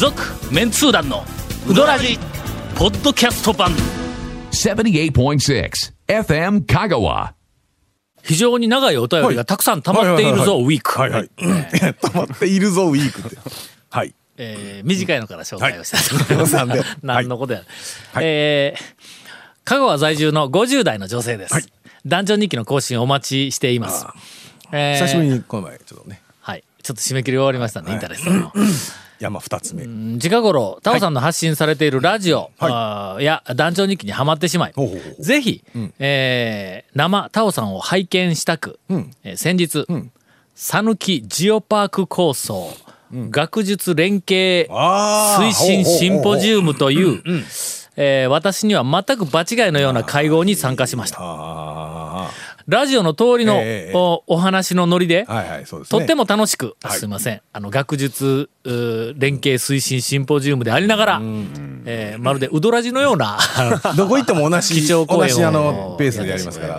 続メンツー団のウドラジポッドキャスト版 78.6 FM 香川。 非常に長いお便りがたくさん溜まっているぞウィーク。 はいはい。溜まっているぞウィークって。はい。 短いのから紹介をしたと思います。何のことや。香川在住の50代の女性です。団長日記の更新をお待ちしています。 久しぶりにこの前ちょっとね。 はい。ちょっと締め切り終わりましたね、インタレストの。 山2つ目。 近頃タオさんの発信されているラジオ、や団長日記にはまってしまい、ぜひ、生タオさんを拝見したく、先日、讃岐ジオパーク構想、学術連携推進シンポジウムという、私には全く場違いのような会合に参加しました。ラジオの通りの、お話のノリで、とっても楽しく、すいません、学術連携推進シンポジウムでありながら、まるでウドラジのようなどこ行っても同じ基調講演をペースでやりますから、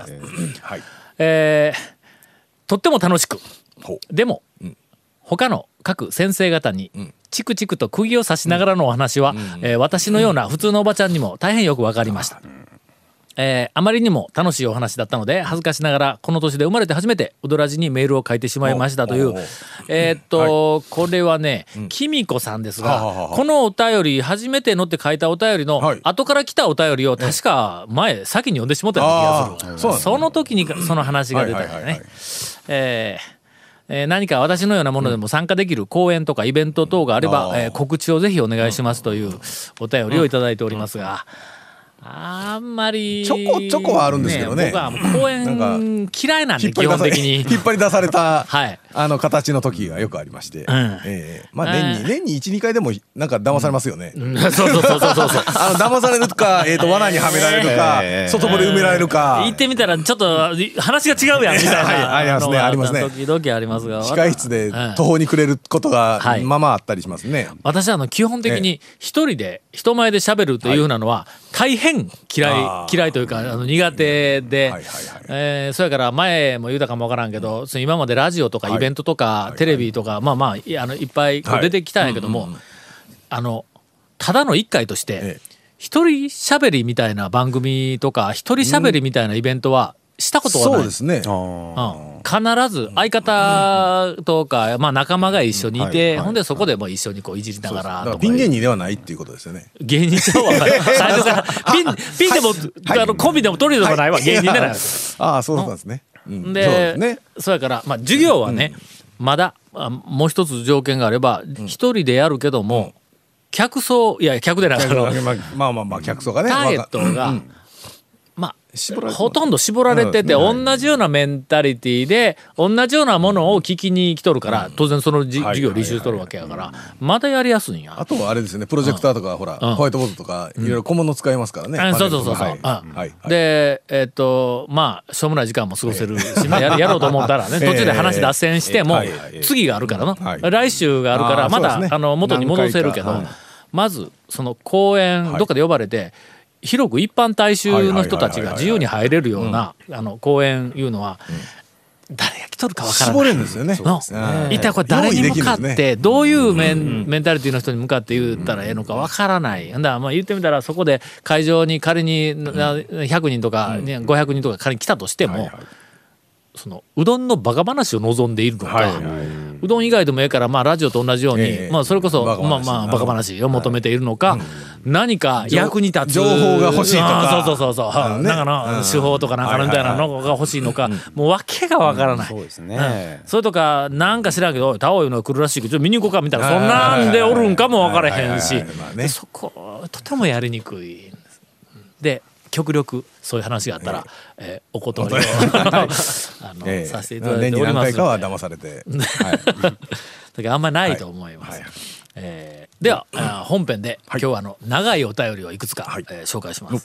とっても楽しく、でも、他の各先生方にチクチクと釘を刺しながらのお話は、私のような普通のおばちゃんにも大変よく分かりました。あまりにも楽しいお話だったので恥ずかしながらこの年で生まれて初めてウドラジにメールを書いてしまいましたという、これはね、きみこさんですが、このお便り初めてのって書いたお便りの後から来たお便りを確か前先に読んでしもったような気がする。その時にその話が出たからね。何か私のようなものでも参加できる講演とかイベント等があれば、告知をぜひお願いしますというお便りをいただいておりますが、あんまりちょこはあるんですけどね。 僕はもう講演嫌いなんで、基本的に引っ張り出された形の時がよくありまして、まあ年に 1,2 回でもなんか騙されますよね。そう騙されるか、罠にはめられるか、外堀埋められるか、 言ってみたらちょっと話が違うやんみたいなありますね。 時々ありますが、 控室で途方に暮れることがまああったりしますね。 私は基本的に一人で人前で喋るというのは大変嫌いというか苦手で、そやから前も言うたかもわからんけど、今までラジオとかイベントとかテレビとかいっぱい出てきたんやけども、ただの一回として一人喋りみたいな番組とか一人喋りみたいなイベントはしたことはない。 そうですね。 必ず相方とか、仲間が一緒にいて、ほんでそこでも一緒にこういじりながらとか。 ピン芸人ではないっていうことですよね。 芸人ちゃうわ最初からピンでもコンビでもトリオでもないわ、芸人でない。 そうなんですね。 で、そうやから授業はね、まだもう一つ条件があれば一人でやるけども、客層、いや客でなくて客層がね、 ターゲットがほとんど絞られてて、同じようなメンタリティで同じようなものを聞きに来とるから、当然その授業履修しとるわけやから、またやりやすいんや。 あとはあれですね、プロジェクターとかホワイトボードとかいろいろ小物使いますからね。 そうでしょうもない時間も過ごせるし、やろうと思ったらね、途中で話脱線しても次があるからの、来週があるからまた元に戻せるけど、まずその講演どっかで呼ばれて広く一般大衆の人たちが自由に入れるような講演いうのは、誰が来とるかわからない。 絞れるんですよね。 一体これ誰に向かってどういうメンタリティの人に向かって言ったらええのかわからない。だから言ってみたら、そこで会場に仮に100人とか500人とか仮に来たとしても、そのうどんのバカ話を望んでいるのか、うどん以外でもええからラジオと同じように、それこそバカ話を求めているのか、何か役に立つ情報が欲しいとか、 なんかの手法とかなんかみたいなのが欲しいのか、もう訳がわからない。そうですね。それとかなんか知らんけど、タオいうのが来るらしいけど見に行こうかみたいな、そんなんでおるんかもわからへんし、そことてもやりにくいで、極力そういう話があったら、お断りをさせていただいておりますので、 年に何回かは騙されてだけどあんまりないと思います。では本編で今日は長いお便りをいくつか紹介します。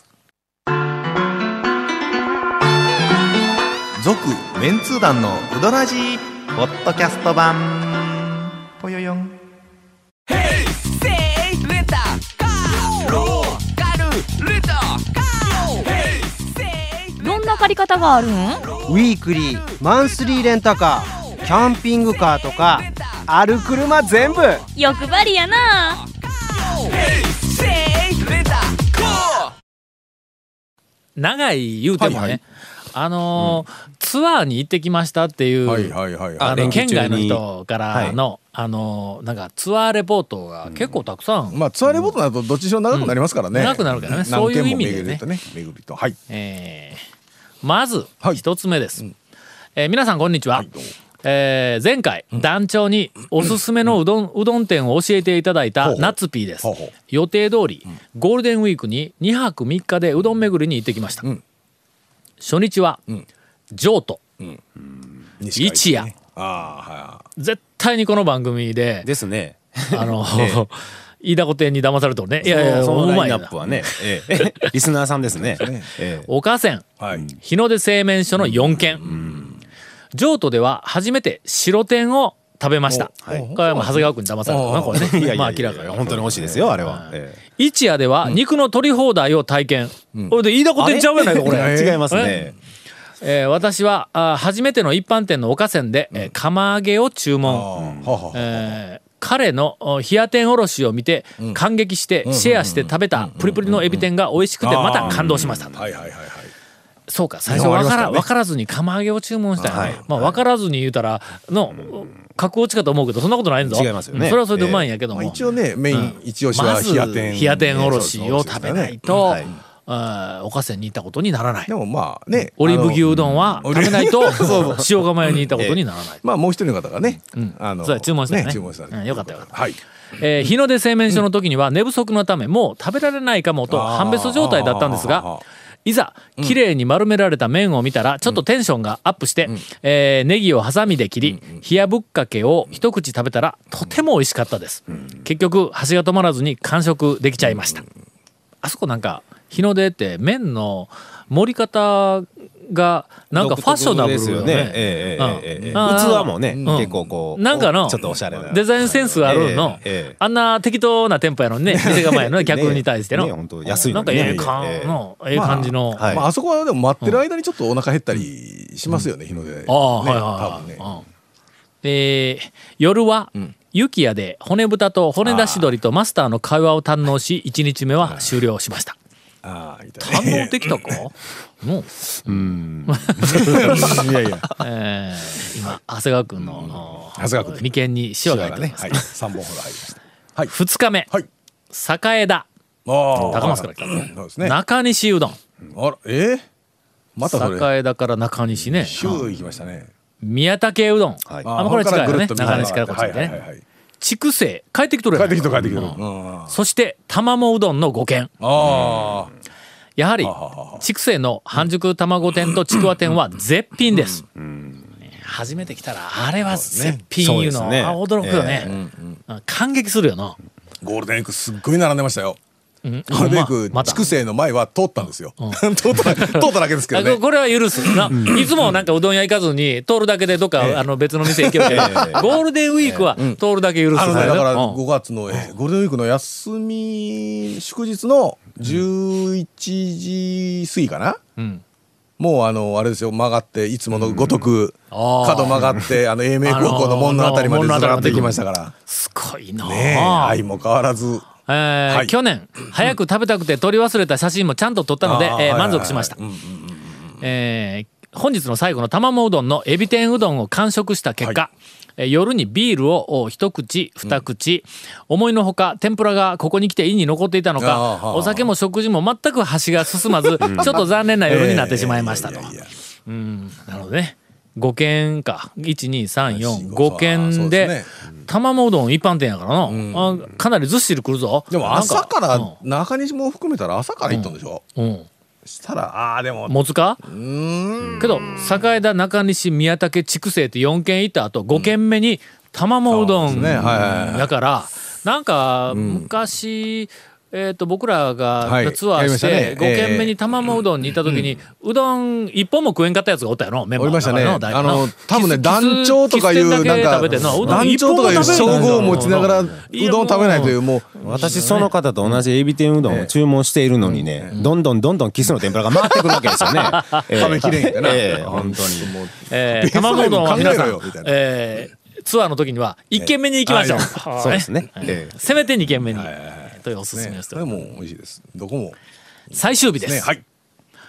続メンツー団のウドラジーポッドキャスト版ぽよよん。 どんな借り方があるん？ ウィークリー、マンスリーレンタカー、キャンピングカーとかある車全部。 欲張りやな。 長い言うてもね、ツアーに行ってきましたっていう県外の人からの、なんかツアーレポートが結構たくさん、 まあツアーレポートになるとどっちにしろ長くなりますからね、 長くなるからね、そういう意味でね。 巡ると、はい、 まず一つ目です、皆さんこんにちは。前回団長におすすめのうどん店を教えていただいたナツピーです。予定通りゴールデンウィークに2泊3日でうどん巡りに行ってきました。初日は譲渡、一夜、絶対にこの番組でですね、 飯田古店に騙されとるね。いやいや、 そのラインナップはね、リスナーさんですね。 岡線、日の出製麺所の4軒、譲渡では初めて白天を食べました。これはもう長谷川君に騙されたな、これね。まあ明らかに本当に美味しいですよ、あれは。 一夜では肉の取り放題を体験。これで飯田古店ちゃうやないか、これ。 違いますね。 私は初めての一般店の岡線で釜揚げを注文。彼の冷や天おろしを見て感激してシェアして食べたプリプリのエビ天が美味しくてまた感動しました。そうか、最初分からずに釜揚げを注文したんや。まあ分からずに言うたらの格落ちかと思うけどそんなことないんぞ。 違いますよね。 それはそれでうまいんやけども、 一応ねメイン一押しは冷や天おろしを食べないと岡線に行ったことにならない。 でもまあね、 オリーブ牛うどんは食べないと塩釜屋に行ったことにならない。 まあもう一人の方がね、 そう注文したね。 注文したね。 よかったよかった。日の出製麺所の時には寝不足のためもう食べられないかもと半べそ状態だったんですが、いざ綺麗に丸められた麺を見たらちょっとテンションがアップして、ネギをハサミで切り冷やぶっかけを一口食べたらとても美味しかったです。結局箸が止まらずに完食できちゃいました。あそこなんか日の出って麺の盛り方がなんかファッショナブルですよね。 器もね、結構こうなんかのちょっとおしゃれなデザインセンスがあるの。あんな適当な店舗やのにね、店構えの客に対してのなんかええ感じの。 まああそこはでも待ってる間にちょっとお腹減ったりしますよね、日の出。 夜は雪屋で骨豚と骨出し鶏とマスターの会話を堪能し1日目は終了しました。堪能できたか？いやいや、今長谷川君の眉間にシワが入ってます。 3本ほど入りました。 2日目、栄田高松から来た中西うどん。 またそれ栄田から中西ね、 行きましたね。 宮武うどん、これ近いよね、中西からこっちでね。筑西帰ってきとるやん。 帰ってきとる。 そして玉子うどんの5軒。やはり筑西の半熟卵店とちくわ店は絶品です。初めて来たらあれは絶品いうの驚くよね。感激するよな。 ゴールデンウィークすっごい並んでましたよ。ゴールデンウィーク筑西の前は通ったんですよ。通っただけですけどね。 これは許すいつもなんかうどん屋行かずに通るだけでどっか別の店行けるけど、ゴールデンウィークは通るだけ許す。 だから5月のゴールデンウィークの休み祝日の11時過ぎかな、もうあれですよ、曲がっていつものごとく角曲がって英明高校の門のあたりまでずらっと行きましたから。すごいな相も変わらず。 去年早く食べたくて撮り忘れた写真もちゃんと撮ったので満足しました。本日の最後の玉子うどんのエビ天うどんを完食した結果、夜にビールを一口二口、思いのほか天ぷらがここに来て胃に残っていたのか、お酒も食事も全く箸が進まずちょっと残念な夜になってしまいましたと。なるほどね。5軒か 1,2,3,4,5 軒で玉子うどん一般店やからな、かなりずっしりくるぞ。 でも朝から中西も含めたら朝から行ったんでしょ。したらでも持つか。けど栄田中西宮武筑西って4軒行った後5軒目に玉子うどんやから、なんか昔僕らがツアーして5軒目に玉子うどんに行った時にうどん一本も食えんかったやつがおったやろ、メンバーの中の。 多分ね団長とかいうなんか団長とかいう称号を持ちながらうどん食べないという、もう私その方と同じエビ天うどんを注文しているのにね、どんどんキスの天ぷらが回ってくるわけですよね。 食べきれんかな本当に。 玉子うどんは皆さんツアーの時には1軒目に行きましょう。 そうですね。 せめて2軒目にというおすすめをしております。 これも美味しいです。どこも最終日です。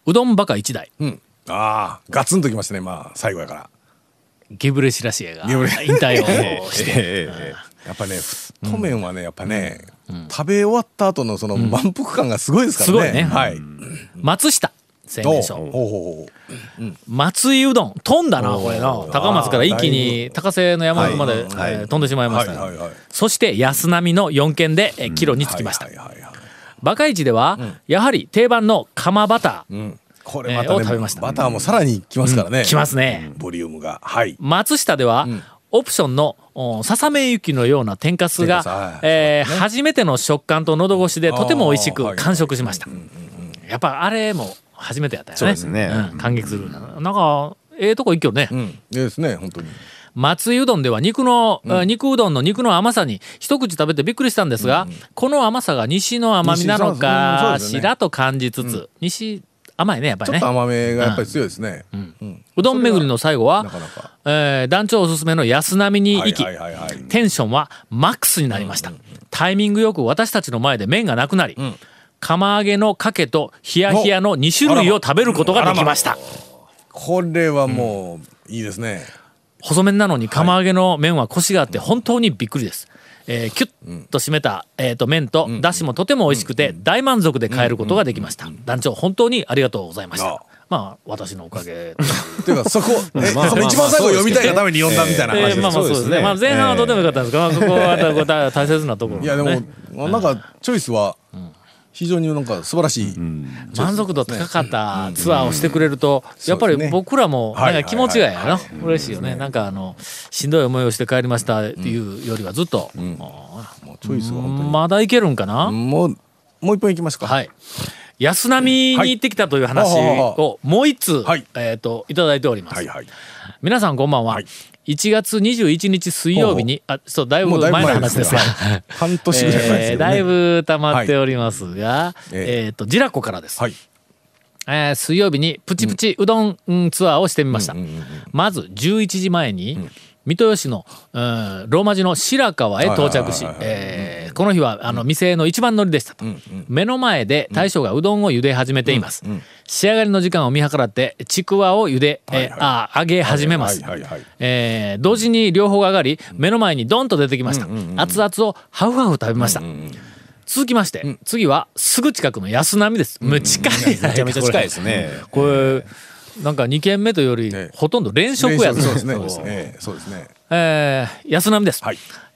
うどんバカ1台、 ああガツンときましたね。まあ最後やからゲブレシラシエが引退をしてやっぱね太麺はねやっぱね、食べ終わった後のその満腹感がすごいですからね。 すごいね。 はい。 松下製麺所、松井うどん飛んだなこれな。高松から一気に高瀬の山まで飛んでしまいました。そして安波の4軒でキロにつきました。バカ市ではやはり定番の釜バターこれまたね、 を食べました。 バターもさらにきますからね。 きますね。 ボリュームが。はい。 松下では、オプションのささめ雪のような天かすが、初めての食感と喉越しでとても美味しく完食しました。やっぱあれも初めてやったよね。 そうですね。 感激する。なんかとこ行くよね。 いいですね本当に。 松井うどんでは肉うどんの肉の甘さに一口食べてびっくりしたんですが、この甘さが西の甘みなのかしらと感じつつ、西甘いねやっぱりね。 ちょっと甘めがやっぱり強いですね。 うどん巡りの最後は団長おすすめの安波に行き、テンションはマックスになりました。タイミングよく私たちの前で麺がなくなり、釜揚げのかけとヒヤヒヤの2種類を食べることができました。 これはもういいですね。 細麺なのに釜揚げの麺はコシがあって本当にびっくりです。キュッと締めた、麺とだしもとても美味しくて大満足で帰ることができました。団長本当にありがとうございました。まあ私のおかげというかそこ一番最後読みたいがために読んだみたいな話です。 まあそうですね。前半はとてもよかったんですが、ここは大切なところ。 いやでもなんかチョイスは非常になんか素晴らしい、 満足度高かったツアーをしてくれると、やっぱり僕らもなんか気持ちがやな、嬉しいよね。なんかしんどい思いをして帰りましたっていうよりはずっと、 チョイスは本当にまだいけるんかな。 もう一本いきますか。 はい。安波に行ってきたという話をもう一通いただいております。皆さんこんばんは。1月21日水曜日にそうだいぶ前の話ですが半年ぐらい前ですよね。 だいぶ溜まっておりますが、ジラコからです。水曜日にプチプチうどんツアーをしてみました。まず11時前に水戸吉のローマ字の白川へ到着し、この日は店の一番乗りでしたと。目の前で大将がうどんを茹で始めています。仕上がりの時間を見計らってちくわを揚げ始めます。同時に両方が上がり目の前にドンと出てきました。熱々をハフハフ食べました。続きまして、次はすぐ近くの安波です。もう近い、 めちゃめちゃ近いですね。 これなんか2軒目というよりほとんど連食や。 そうですね。そうですね。安波です。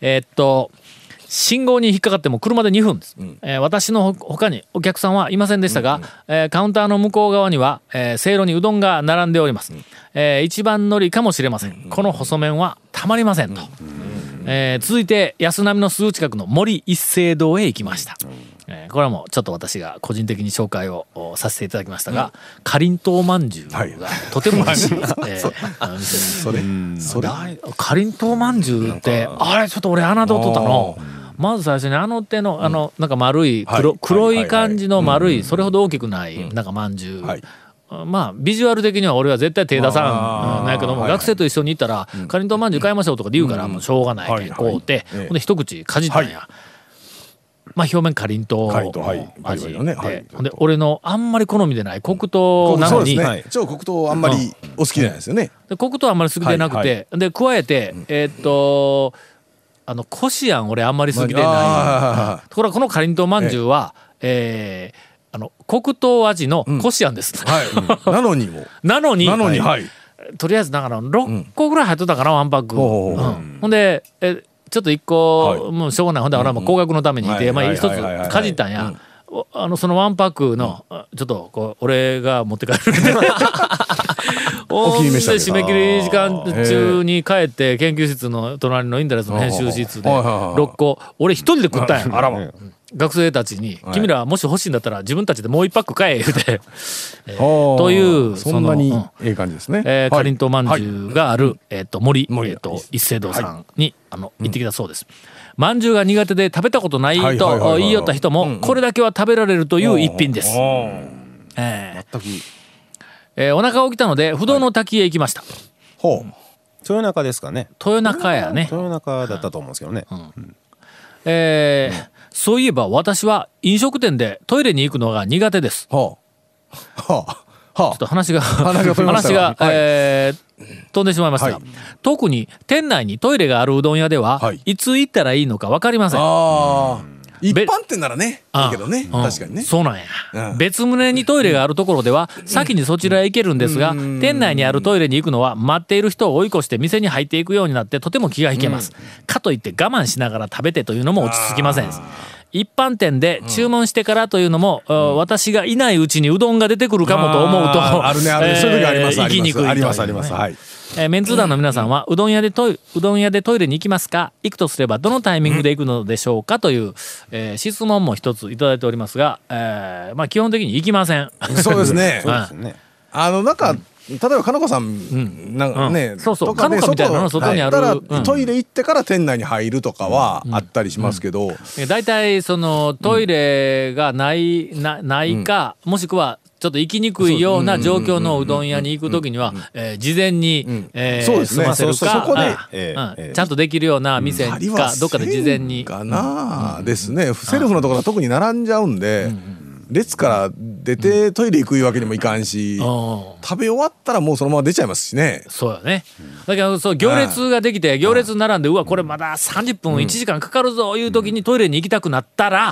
信号に引っかかっても車で2分です。私の他にお客さんはいませんでしたが、カウンターの向こう側には、せいろにうどんが並んでおります。一番乗りかもしれません。この細麺はたまりませんと。続いて安波のすぐ近くの森一盛堂へ行きました。これはもうちょっと私が個人的に紹介をさせていただきましたが、かりんとうまんじゅうがとても美味しいかりんとうまんじゅうってあれちょっと俺侮っとったの。まず最初に手のなんか丸い黒い感じの丸いそれほど大きくないなんかまんじゅう、まあビジュアル的には俺は絶対手出さんないけども、学生と一緒に行ったらかりんとうまんじゅう買いましょうとかで言うからもうしょうがないけどこうってほんで一口かじったんや。まあ表面かりんとう味で、で俺のあんまり好みでない黒糖なのに、 超黒糖あんまりお好きじゃないですよね。 で黒糖あんまり好きでなくて、で加えてこしあん俺あんまり好きでない。ところがこのかりんとうまんじゅうは黒糖味のこしあんです。 なのにとりあえずだから6個ぐらい入っとったかなワンパック。ほんでちょっと1個もうしょうがない。ほんで俺はもう高額のためにいて一つかじったんや。そのワンパックのちょっとこう俺が持って帰るほんで締め切り時間中に帰って研究室の隣のインタレスの編集室で6個俺一人で食ったんや。学生たちに君らもし欲しいんだったら自分たちでもう1パック買え言うてというそんなにええ感じですね。 かりんとうまんじゅうがある森一盛堂さんに行ってきたそうです。まんじゅうが苦手で食べたことないと言いよった人もこれだけは食べられるという一品です。お腹起きたので不動の滝へ行きました。 豊中ですかね。 豊中やね。 豊中だったと思うんですけどね。 そういえば私は飲食店でトイレに行くのが苦手です。 ちょっと話が飛んでしまいましたが、特に店内にトイレがあるうどん屋では、いつ行ったらいいのか分かりません。 一般店ならねいいけどね、確かにね。 そうなんや、別棟にトイレがあるところでは先にそちらへ行けるんですが、店内にあるトイレに行くのは待っている人を追い越して店に入っていくようになってとても気が引けます、かといって我慢しながら食べてというのも落ち着きません。一般店で注文してからというのも、私がいないうちにうどんが出てくるかもと思うとあるね、そういう時あります、 行きにくいというね。 ありますあります。はい。 メンツー団の皆さんはうどん屋でトイレに行きますか、行くとすればどのタイミングで行くのでしょうかという、質問も一ついただいておりますが、基本的に行きません。 そうですね。なんか例えば金子さんなんかね、 そうそう、金子みたいなの外にある、 トイレ行ってから店内に入るとかはあったりしますけど、 だいたいそのトイレがないか、もしくはちょっと行きにくいような状況のうどん屋に行くときには、事前に済ませるか、ちゃんとできるような店かどっかで事前にかなですね。セルフのところは特に並んじゃうんで、列から出てトイレ行くわけにもいかんし、食べ終わったらもうそのまま出ちゃいますしね。 そうよね。だけどそう行列ができて行列並んで、うわこれまだ30分1時間かかるぞいう時にトイレに行きたくなったら、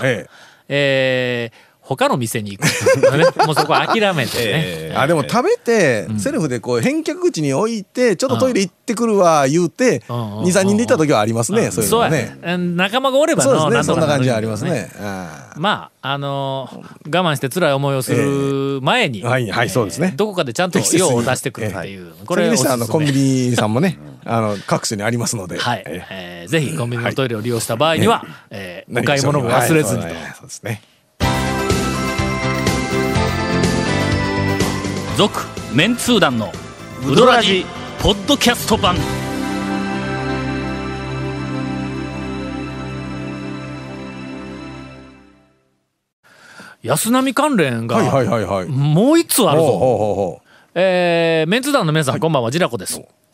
他の店に行くもうそこ諦めてね、 でも食べてセルフでこう返却口に置いてちょっとトイレ行ってくるわ言うて 2,3 人で行った時はありますね。そういうのはね。仲間がおればそうですね、そんな感じはありますね。 まあ我慢して辛い思いをする前に、 そうですね、 どこかでちゃんと用を出してくるっていう、 これでしたらコンビニさんもね各所にありますので、 ぜひコンビニのトイレを利用した場合にはお買い物も忘れずにと。 そうですね。 続メンツー団のウドラジポッドキャスト版。安波関連がもう一つあるぞ。メンツー団の皆さん、こんばんは、ジラコです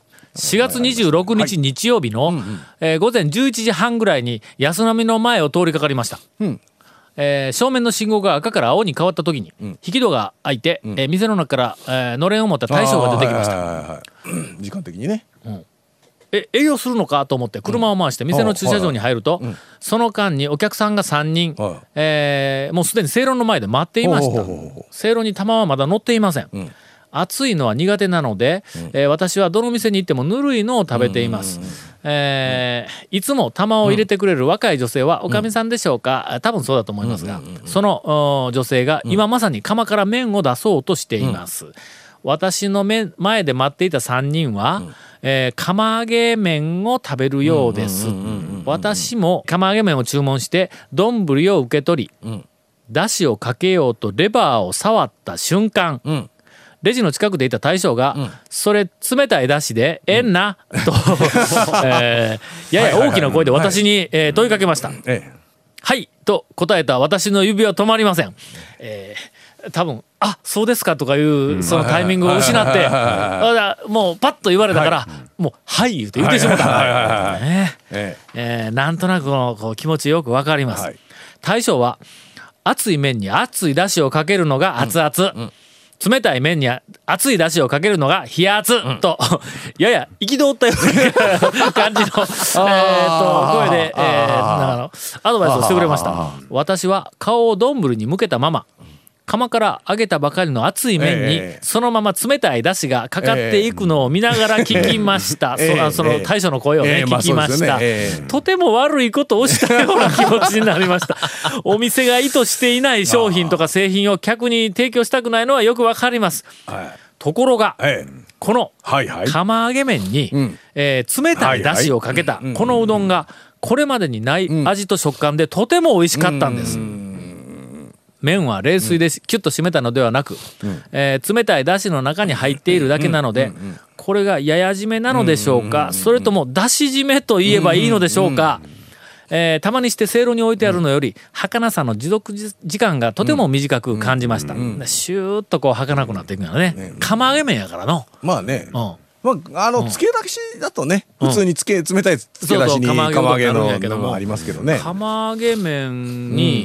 。4月26日日曜日の午前11時半ぐらいに安波の前を通りかかりました。正面の信号が赤から青に変わった時に引き戸が開いて、店の中からのれんを持った大将が出てきました。 時間的にね、 営業するのかと思って車を回して店の駐車場に入ると、その間にお客さんが3人、もうすでに正論の前で待っていました。正論に玉はまだ乗っていません。熱いのは苦手なので、私はどの店に行ってもぬるいのを食べています。いつも玉を入れてくれる若い女性はおかみさんでしょうか。多分そうだと思いますが、その女性が今まさに釜から麺を出そうとしています。私の前で待っていた3人は、釜揚げ麺を食べるようです。私も釜揚げ麺を注文して丼を受け取り、だしをかけようとレバーを触った瞬間、レジの近くでいた大将が、それ冷たいだしでええんな、とやや大きな声で私に問いかけました。はいと答えた私の指は止まりません。多分そうですかとかいうそのタイミングを失ってもうパッと言われたから、もうはい言ってしまった。なんとなくこう気持ちよくわかります。大将は熱い麺に熱いだしをかけるのが熱々、冷たい麺に熱いだしをかけるのが冷圧と、やや憤ったような感じの声でアドバイスをしてくれました。私は顔を丼に向けたまま釜から揚げたばかりの熱い麺にそのまま冷たいだしがかかっていくのを見ながら聞きました。その大将の声をね、聞きました。とても悪いことをしたような気持ちになりました。お店が意図していない商品とか製品を客に提供したくないのはよくわかります。ところが、この釜揚げ麺に、冷たいだしをかけたこのうどんがこれまでにない味と食感でとても美味しかったんです。麺は冷水でキュッと締めたのではなく、冷たいだしの中に入っているだけなので、これがやや締めなのでしょうか、それともだし締めと言えばいいのでしょうか。たまにしてせいろに置いてあるのより儚さの持続時間がとても短く感じました。シューッとこう儚くなっていくのね。釜揚げ麺やからの。 まあね。つけだしだとね、普通に冷たいつけだしに釜揚げのもありますけどね。 釜揚げ麺に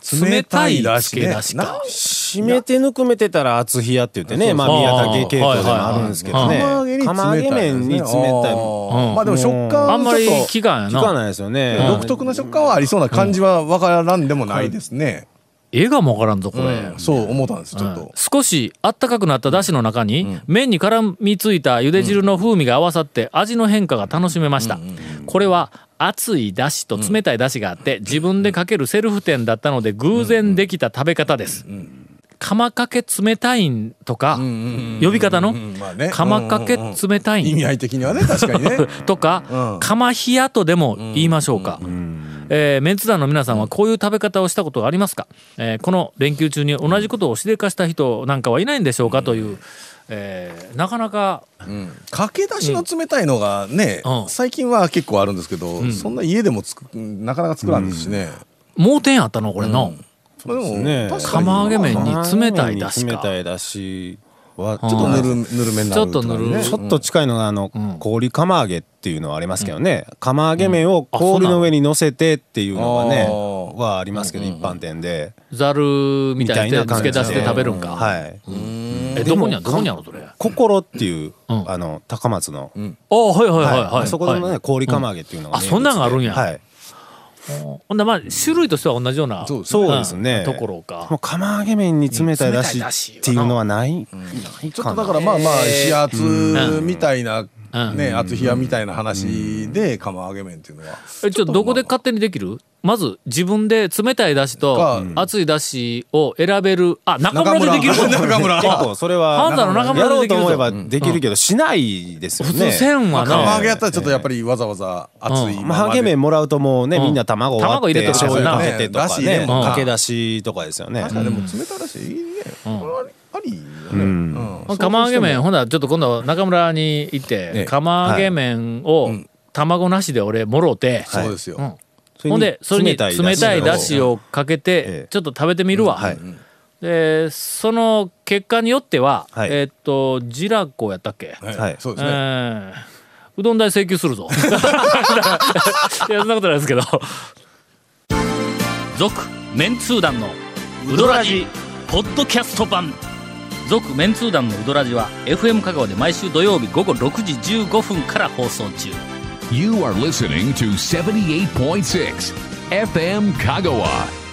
冷たいつけだしか。 締めてぬくめてたら厚冷やって言ってね、まあ宮武系統でもあるんですけどね。釜揚げ麺に冷たい。 まあでも食感あんまり効かんやな。 効かないですよね。 独特な食感はありそうな感じはわからんでもないですね。 絵がもわからんぞこれ、 そう思ったんですちょっと、 少しあったかくなっただしの中に、麺に絡みついた茹で汁の風味が合わさって味の変化が楽しめました、これは熱いだしと冷たいだしがあって自分でかけるセルフ店だったので偶然できた食べ方です、釜かけ冷たいんとか呼び方の釜かけ冷たいん意味合い的にはね確かにねとか釜冷やとでも言いましょうか。メンツ団の皆さんはこういう食べ方をしたことがありますか。この連休中に同じことをしでかした人なんかはいないんでしょうかという、なかなか、 かけだしの冷たいのがね、最近は結構あるんですけど、そんな家でもなかなか作らんですしね、 盲点あったのこれの、 でもね釜揚げ麺に冷たいだしか。 冷たいだしはちょっとぬるめになるちょっとぬるちょっと近いのが氷釜揚げっていうのはありますけどね、釜揚げ麺を氷の上に乗せてっていうのがねはありますけど、一般店でざるみたいにつけ出して食べるんか。 はい。 どこにあるのそれ。 心っていう高松のはいはいはい。 そこのね氷釜揚げっていうのがそんなんがあるんや。 はい。 ほんでまあ種類としては同じようなそうですねところか。 もう釜揚げ麺に冷たいだしっていうのはないちょっとだからまあ指圧みたいなね、厚冷やみたいな話で釜揚げ麺っていうのはちょっとどこで勝手にできる。まず自分で冷たいだしと熱いだしを選べる。中村でできる。 中村結構それはハンザの中村でできる。 やろうと思えばできるけどしないですよね。 普通せんわな。 釜揚げやったらちょっとやっぱりわざわざ熱い揚げ麺もらうともうねみんな卵割って醤油かけてとかねかけだしとかですよね。 確かにでも冷たいだしいいね。これはありよね。 釜揚げ麺ほんならちょっと今度中村に行って釜揚げ麺を卵なしで俺もろうて。 そうですよ。 ほんでそれに冷たいだしをかけてちょっと食べてみるわ。でその結果によってはジラコやったっけ。 そうですね。 うどん代請求するぞ。いやそんなことないですけど。続メンツー団のウドラジポッドキャスト版。続メンツー団のウドラジは FM 香川で毎週土曜日午後6時15分から放送中。 You are listening to 78.6 FM Kagawa.